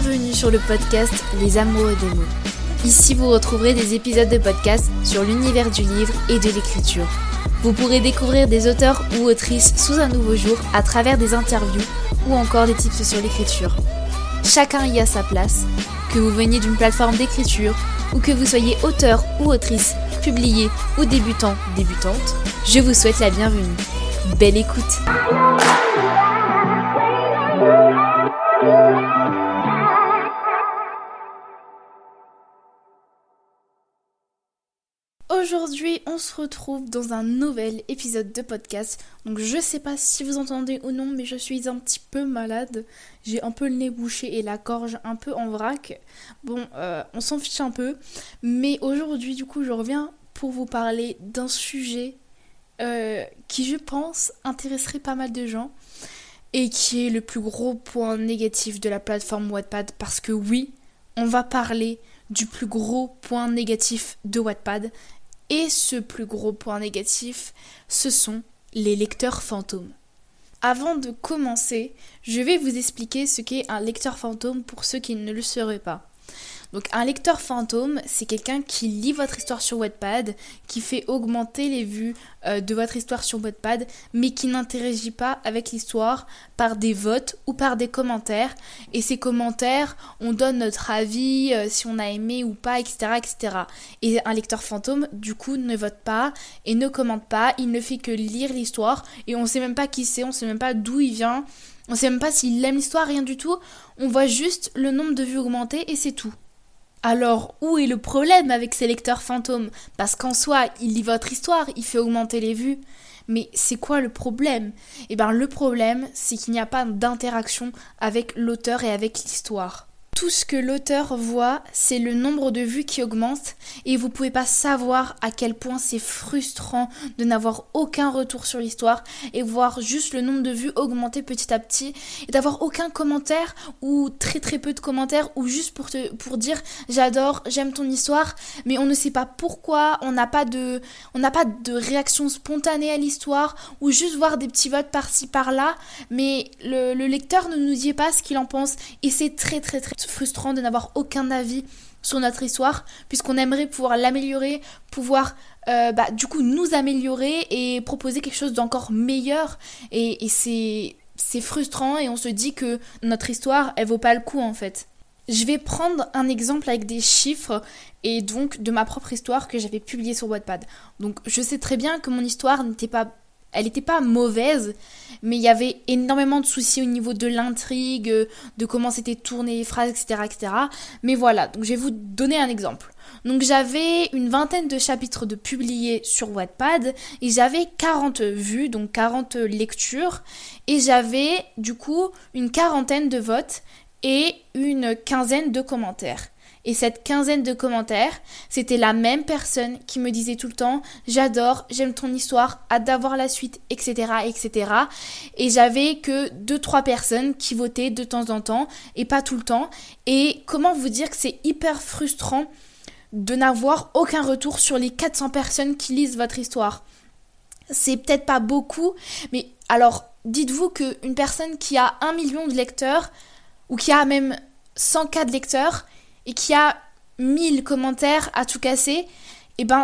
Bienvenue sur le podcast Les Amoureux des mots. Ici, vous retrouverez des épisodes de podcast sur l'univers du livre et de l'écriture. Vous pourrez découvrir des auteurs ou autrices sous un nouveau jour à travers des interviews ou encore des tips sur l'écriture. Chacun y a sa place, que vous veniez d'une plateforme d'écriture ou que vous soyez auteur ou autrice, publié ou débutant, débutante, je vous souhaite la bienvenue. Belle écoute! Aujourd'hui, on se retrouve dans un nouvel épisode de podcast. Donc je sais pas si vous entendez ou non, mais je suis un petit peu malade. J'ai un peu le nez bouché et la gorge un peu en vrac. Bon, on s'en fiche un peu. Mais aujourd'hui, du coup, je reviens pour vous parler d'un sujet qui, je pense, intéresserait pas mal de gens. Et qui est le plus gros point négatif de la plateforme Wattpad. Parce que oui, on va parler du plus gros point négatif de Wattpad. Et ce plus gros point négatif, ce sont les lecteurs fantômes. Avant de commencer, je vais vous expliquer ce qu'est un lecteur fantôme pour ceux qui ne le sauraient pas. Donc un lecteur fantôme, c'est quelqu'un qui lit votre histoire sur Wattpad, qui fait augmenter les vues de votre histoire sur Wattpad, mais qui n'interagit pas avec l'histoire par des votes ou par des commentaires. Et ces commentaires, on donne notre avis, si on a aimé ou pas, etc., etc. Et un lecteur fantôme, du coup, ne vote pas et ne commente pas, il ne fait que lire l'histoire, et on sait même pas qui c'est, on sait même pas d'où il vient, on sait même pas s'il aime l'histoire, rien du tout. On voit juste le nombre de vues augmenter et c'est tout. Alors, où est le problème avec ces lecteurs fantômes ? Parce qu'en soi, il lit votre histoire, il fait augmenter les vues. Mais c'est quoi le problème ? Eh bien, le problème, c'est qu'il n'y a pas d'interaction avec l'auteur et avec l'histoire. Tout ce que l'auteur voit, c'est le nombre de vues qui augmente et vous pouvez pas savoir à quel point c'est frustrant de n'avoir aucun retour sur l'histoire et voir juste le nombre de vues augmenter petit à petit et d'avoir aucun commentaire ou très très peu de commentaires ou juste pour dire j'adore, j'aime ton histoire, mais on ne sait pas pourquoi, on n'a pas de réaction spontanée à l'histoire ou juste voir des petits votes par-ci par-là, mais le lecteur ne nous dit pas ce qu'il en pense et c'est très très très frustrant de n'avoir aucun avis sur notre histoire puisqu'on aimerait pouvoir l'améliorer, pouvoir du coup nous améliorer et proposer quelque chose d'encore meilleur et c'est frustrant et on se dit que notre histoire elle vaut pas le coup en fait. Je vais prendre un exemple avec des chiffres et donc de ma propre histoire que j'avais publiée sur Wattpad. Donc je sais très bien que mon histoire n'était pas mauvaise, mais il y avait énormément de soucis au niveau de l'intrigue, de comment c'était tourné les phrases, etc., etc. Mais voilà, donc je vais vous donner un exemple. Donc j'avais une vingtaine de chapitres de publiés sur Wattpad et j'avais 40 vues, donc 40 lectures, et j'avais du coup une quarantaine de votes et une quinzaine de commentaires. Et cette quinzaine de commentaires, c'était la même personne qui me disait tout le temps « J'adore, j'aime ton histoire, hâte d'avoir la suite, etc. etc. » Et j'avais que 2-3 personnes qui votaient de temps en temps et pas tout le temps. Et comment vous dire que c'est hyper frustrant de n'avoir aucun retour sur les 400 personnes qui lisent votre histoire. C'est peut-être pas beaucoup, mais alors dites-vous qu'une personne qui a 1 million de lecteurs ou qui a même 100K de lecteurs et qui a 1000 commentaires à tout casser, et on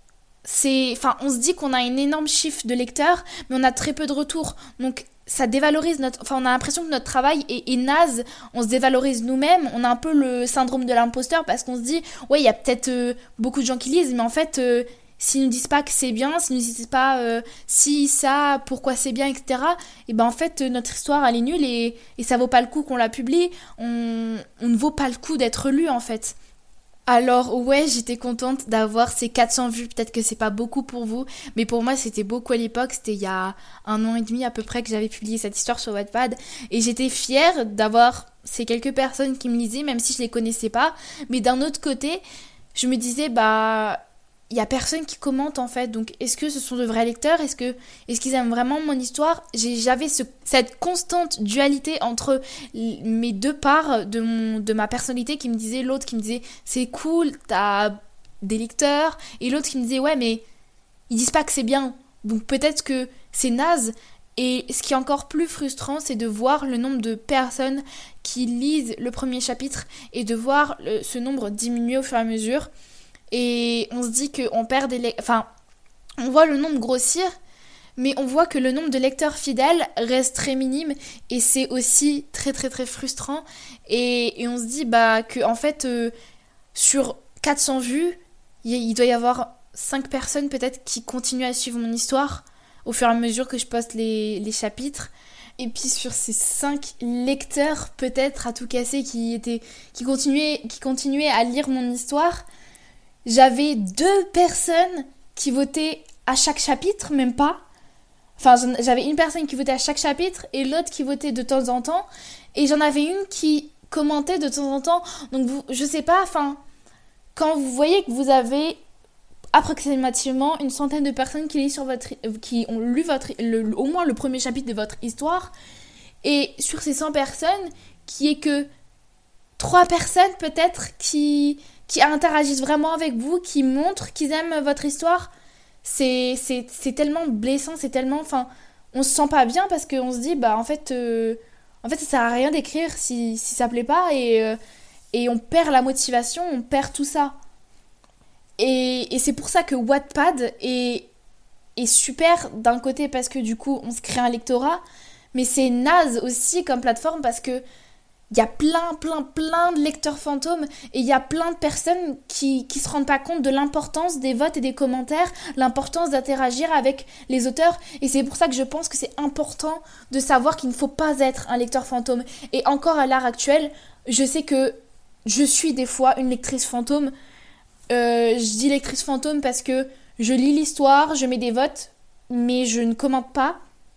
se dit qu'on a un énorme chiffre de lecteurs, mais on a très peu de retours. Donc ça dévalorise on a l'impression que notre travail est naze, on se dévalorise nous-mêmes, on a un peu le syndrome de l'imposteur parce qu'on se dit, ouais, il y a peut-être beaucoup de gens qui lisent, mais en fait, s'ils nous disent pas que c'est bien, s'ils nous disent pas si, ça, pourquoi c'est bien, etc., et en fait, notre histoire, elle est nulle et ça vaut pas le coup qu'on la publie, on ne vaut pas le coup d'être lu, en fait. Alors ouais, j'étais contente d'avoir ces 400 vues, peut-être que c'est pas beaucoup pour vous, mais pour moi c'était beaucoup à l'époque, c'était il y a 1 an et demi à peu près que j'avais publié cette histoire sur Wattpad, et j'étais fière d'avoir ces quelques personnes qui me lisaient, même si je les connaissais pas, mais d'un autre côté, je me disais il y a personne qui commente en fait, donc est-ce que ce sont de vrais lecteurs, est-ce qu'ils aiment vraiment mon histoire ? J'avais cette constante dualité entre mes deux parts de ma personnalité qui me disait, l'autre qui me disait c'est cool, t'as des lecteurs, et l'autre qui me disait ouais mais ils disent pas que c'est bien, donc peut-être que c'est naze, Et ce qui est encore plus frustrant, c'est de voir le nombre de personnes qui lisent le premier chapitre et de voir ce nombre diminuer au fur et à mesure. Et on se dit qu'on perd on voit le nombre grossir, mais on voit que le nombre de lecteurs fidèles reste très minime et c'est aussi très très très frustrant. Et on se dit que en fait, sur 400 vues, il doit y avoir 5 personnes peut-être qui continuent à suivre mon histoire au fur et à mesure que je poste les chapitres. Et puis sur ces 5 lecteurs peut-être à tout casser qui continuaient à lire mon histoire, j'avais 2 personnes qui votaient à chaque chapitre, même pas. Enfin, j'avais une personne qui votait à chaque chapitre et l'autre qui votait de temps en temps. Et j'en avais une qui commentait de temps en temps. Donc, je sais pas, quand vous voyez que vous avez approximativement une centaine de personnes qui ont lu au moins le premier chapitre de votre histoire, et sur ces 100 personnes, qui est que 3 personnes peut-être qui interagissent vraiment avec vous, qui montrent qu'ils aiment votre histoire, c'est tellement blessant, c'est tellement... on se sent pas bien parce qu'on se dit, en fait, ça sert à rien d'écrire si ça plaît pas, et on perd la motivation, on perd tout ça. Et c'est pour ça que Wattpad est super d'un côté parce que du coup, on se crée un lectorat, mais c'est naze aussi comme plateforme parce que il y a plein de lecteurs fantômes et il y a plein de personnes qui se rendent pas compte de l'importance des votes et des commentaires, l'importance d'interagir avec les auteurs. Et c'est pour ça que je pense que c'est important de savoir qu'il ne faut pas être un lecteur fantôme. Et encore à l'heure actuelle, je sais que je suis des fois une lectrice fantôme. Je dis lectrice fantôme parce que je lis l'histoire, je mets des votes, mais je ne commente pas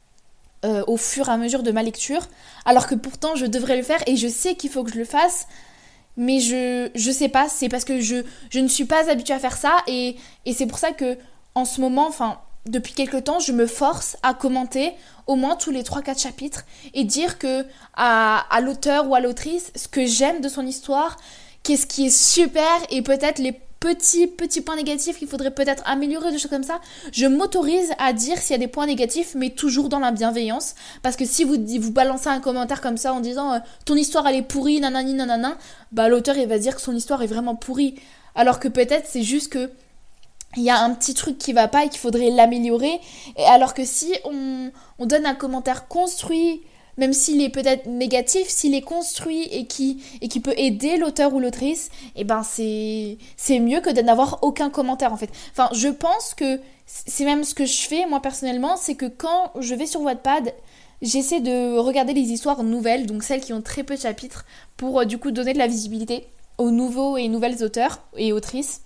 au fur et à mesure de ma lecture, alors que pourtant je devrais le faire et je sais qu'il faut que je le fasse, mais je sais pas, c'est parce que je ne suis pas habituée à faire ça et c'est pour ça que en ce moment, depuis quelques temps, je me force à commenter au moins tous les 3-4 chapitres et dire que à l'auteur ou à l'autrice ce que j'aime de son histoire, qu'est-ce qui est super et peut-être les petits points négatifs qu'il faudrait peut-être améliorer, des choses comme ça. Je m'autorise à dire s'il y a des points négatifs, mais toujours dans la bienveillance. Parce que si vous balancez un commentaire comme ça en disant ton histoire elle est pourrie, nanani nanana, l'auteur il va dire que son histoire est vraiment pourrie. Alors que peut-être c'est juste que il y a un petit truc qui va pas et qu'il faudrait l'améliorer. Et alors que si on donne un commentaire construit, même s'il est peut-être négatif, s'il est construit et qui peut aider l'auteur ou l'autrice, c'est mieux que de n'avoir aucun commentaire en fait. Je pense que c'est même ce que je fais moi personnellement, c'est que quand je vais sur Wattpad, j'essaie de regarder les histoires nouvelles, donc celles qui ont très peu de chapitres, pour du coup donner de la visibilité aux nouveaux et nouvelles auteurs et autrices.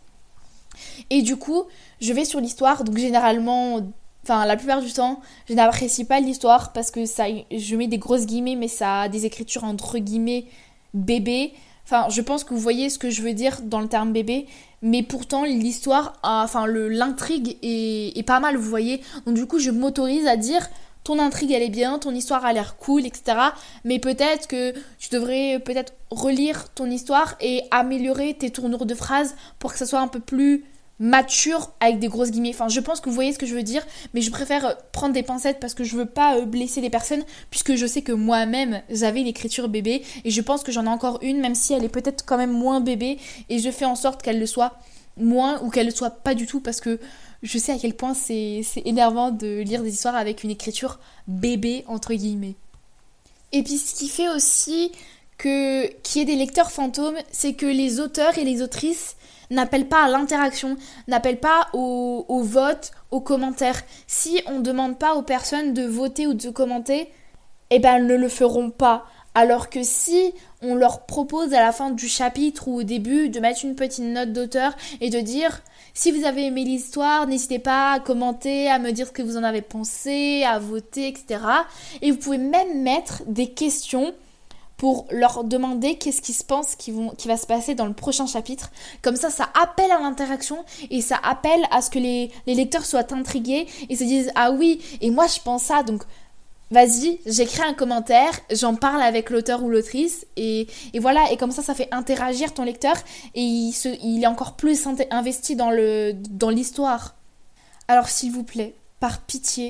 Et du coup, je vais sur l'histoire, donc généralement... la plupart du temps, je n'apprécie pas l'histoire parce que je mets des grosses guillemets, mais ça a des écritures entre guillemets bébé. Je pense que vous voyez ce que je veux dire dans le terme bébé, mais pourtant l'histoire, l'intrigue est pas mal, vous voyez. Donc du coup, je m'autorise à dire ton intrigue elle est bien, ton histoire a l'air cool, etc. Mais peut-être que tu devrais relire ton histoire et améliorer tes tournures de phrases pour que ça soit un peu plus mature avec des grosses guillemets. Je pense que vous voyez ce que je veux dire, mais je préfère prendre des pincettes parce que je veux pas blesser les personnes, puisque je sais que moi-même j'avais l'écriture bébé et je pense que j'en ai encore une, même si elle est peut-être quand même moins bébé, et je fais en sorte qu'elle le soit moins ou qu'elle le soit pas du tout, parce que je sais à quel point c'est énervant de lire des histoires avec une écriture bébé entre guillemets. Et puis ce qui fait aussi qu'il y ait des lecteurs fantômes, c'est que les auteurs et les autrices n'appellent pas à l'interaction, n'appellent pas au vote, aux commentaires. Si on ne demande pas aux personnes de voter ou de commenter, elles ne le feront pas. Alors que si on leur propose à la fin du chapitre ou au début de mettre une petite note d'auteur et de dire si vous avez aimé l'histoire, n'hésitez pas à commenter, à me dire ce que vous en avez pensé, à voter, etc. Et vous pouvez même mettre des questions pour leur demander qu'est-ce qui se pense qui va se passer dans le prochain chapitre. Comme ça appelle à l'interaction et ça appelle à ce que les lecteurs soient intrigués et se disent « Ah oui, et moi je pense ça, donc vas-y, j'écris un commentaire, j'en parle avec l'auteur ou l'autrice et voilà. » Et comme ça fait interagir ton lecteur et il est encore plus investi dans l'histoire. Alors s'il vous plaît, par pitié,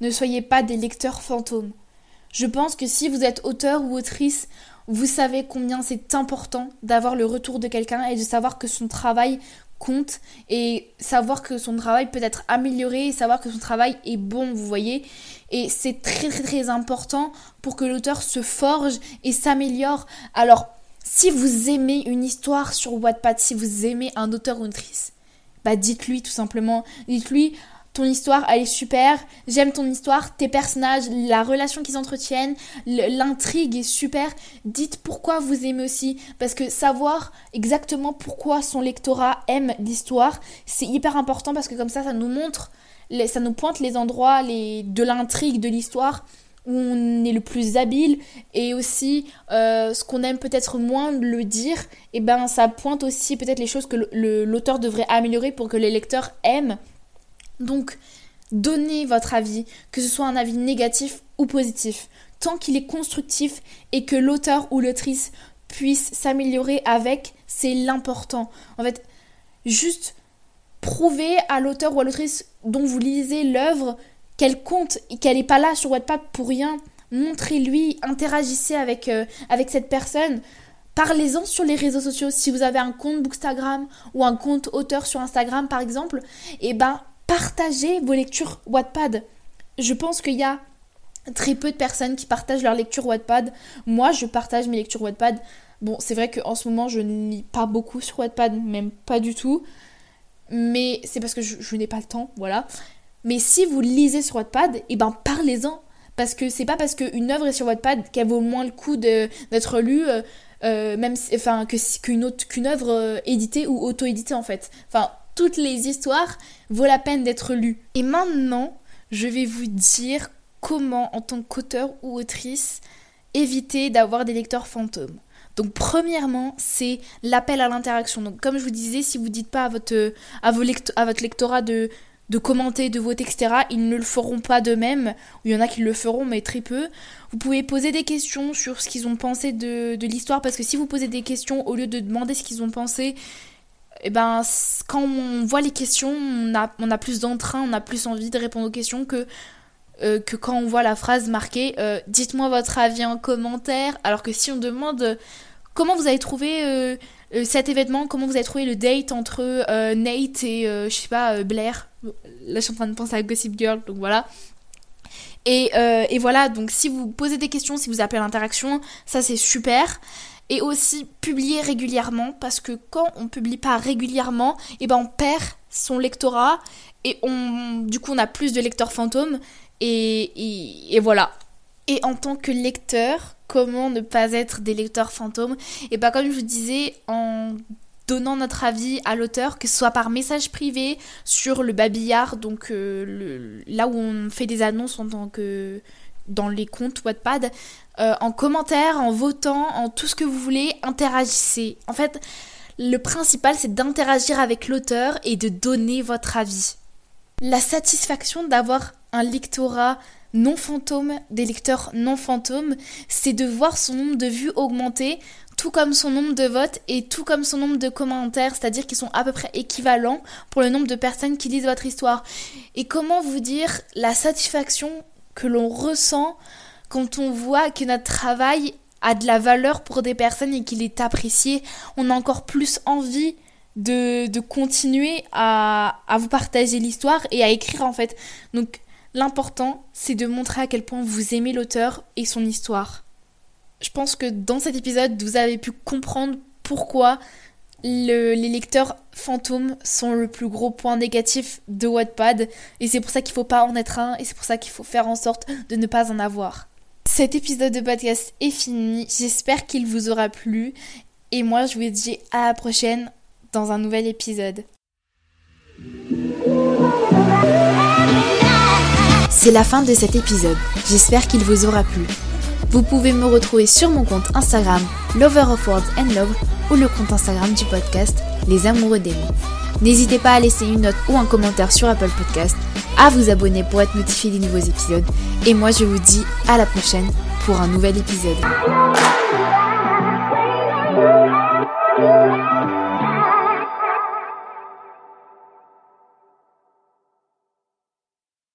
ne soyez pas des lecteurs fantômes. Je pense que si vous êtes auteur ou autrice, vous savez combien c'est important d'avoir le retour de quelqu'un et de savoir que son travail compte et savoir que son travail peut être amélioré et savoir que son travail est bon, vous voyez. Et c'est très très très important pour que l'auteur se forge et s'améliore. Alors, si vous aimez une histoire sur Wattpad, si vous aimez un auteur ou une autrice, dites-lui tout simplement, dites-lui: ton histoire, elle est super, j'aime ton histoire, tes personnages, la relation qu'ils entretiennent, l'intrigue est super. Dites pourquoi vous aimez aussi, parce que savoir exactement pourquoi son lectorat aime l'histoire, c'est hyper important parce que comme ça nous montre, ça nous pointe les endroits de l'intrigue, de l'histoire où on est le plus habile et aussi ce qu'on aime peut-être moins le dire, et ça pointe aussi peut-être les choses que l'auteur devrait améliorer pour que les lecteurs aiment. Donc, donnez votre avis, que ce soit un avis négatif ou positif, tant qu'il est constructif et que l'auteur ou l'autrice puisse s'améliorer avec, c'est l'important. En fait, juste prouver à l'auteur ou à l'autrice dont vous lisez l'œuvre qu'elle compte et qu'elle n'est pas là sur Wattpad pour rien. Montrez-lui, interagissez avec cette personne. Parlez-en sur les réseaux sociaux. Si vous avez un compte Bookstagram ou un compte auteur sur Instagram par exemple, partagez vos lectures Wattpad. Je pense qu'il y a très peu de personnes qui partagent leurs lectures Wattpad. Moi, je partage mes lectures Wattpad. Bon, c'est vrai qu'en ce moment, je ne lis pas beaucoup sur Wattpad, même pas du tout. Mais c'est parce que je n'ai pas le temps, voilà. Mais si vous lisez sur Wattpad, parlez-en. Parce que c'est pas parce qu'une œuvre est sur Wattpad qu'elle vaut moins le coup d'être lue, qu'une œuvre éditée ou auto-éditée en fait. Toutes les histoires vaut la peine d'être lues. Et maintenant, je vais vous dire comment, en tant qu'auteur ou autrice, éviter d'avoir des lecteurs fantômes. Donc, premièrement, c'est l'appel à l'interaction. Donc, comme je vous disais, si vous ne dites pas à votre lectorat de commenter, de voter, etc., ils ne le feront pas d'eux-mêmes. Il y en a qui le feront, mais très peu. Vous pouvez poser des questions sur ce qu'ils ont pensé de l'histoire, parce que si vous posez des questions au lieu de demander ce qu'ils ont pensé, quand on voit les questions, on a plus d'entrain, on a plus envie de répondre aux questions que quand on voit la phrase marquée dites-moi votre avis en commentaire. Alors que si on demande comment vous avez trouvé cet événement, comment vous avez trouvé le date entre Nate et Blair. Là je suis en train de penser à Gossip Girl, donc voilà. Et voilà, donc si vous posez des questions, si vous appelez à l'interaction, ça c'est super. Et aussi publier régulièrement, parce que quand on publie pas régulièrement, on perd son lectorat et du coup on a plus de lecteurs fantômes et voilà. Et en tant que lecteur, comment ne pas être des lecteurs fantômes ? Comme je vous disais, en donnant notre avis à l'auteur, que ce soit par message privé sur le babillard, donc là où on fait des annonces en tant que dans les comptes Wattpad, en commentaire, en votant, en tout ce que vous voulez, interagissez. En fait, le principal, c'est d'interagir avec l'auteur et de donner votre avis. La satisfaction d'avoir un lectorat non fantôme, des lecteurs non fantômes, c'est de voir son nombre de vues augmenter, tout comme son nombre de votes et tout comme son nombre de commentaires, c'est-à-dire qu'ils sont à peu près équivalents pour le nombre de personnes qui lisent votre histoire. Et comment vous dire la satisfaction que l'on ressent quand on voit que notre travail a de la valeur pour des personnes et qu'il est apprécié, on a encore plus envie de continuer à vous partager l'histoire et à écrire en fait. Donc l'important, c'est de montrer à quel point vous aimez l'auteur et son histoire. Je pense que dans cet épisode, vous avez pu comprendre pourquoi les lecteurs fantômes sont le plus gros point négatif de Wattpad, et c'est pour ça qu'il ne faut pas en être un, et c'est pour ça qu'il faut faire en sorte de ne pas en avoir. Cet épisode de podcast est fini, j'espère qu'il vous aura plu, et moi je vous dis à la prochaine dans un nouvel épisode. C'est la fin de cet épisode, j'espère qu'il vous aura plu. Vous pouvez me retrouver sur mon compte Instagram Lover of Words and Love ou le compte Instagram du podcast Les Amoureux des mots. N'hésitez pas à laisser une note ou un commentaire sur Apple Podcast, à vous abonner pour être notifié des nouveaux épisodes. Et moi je vous dis à la prochaine pour un nouvel épisode.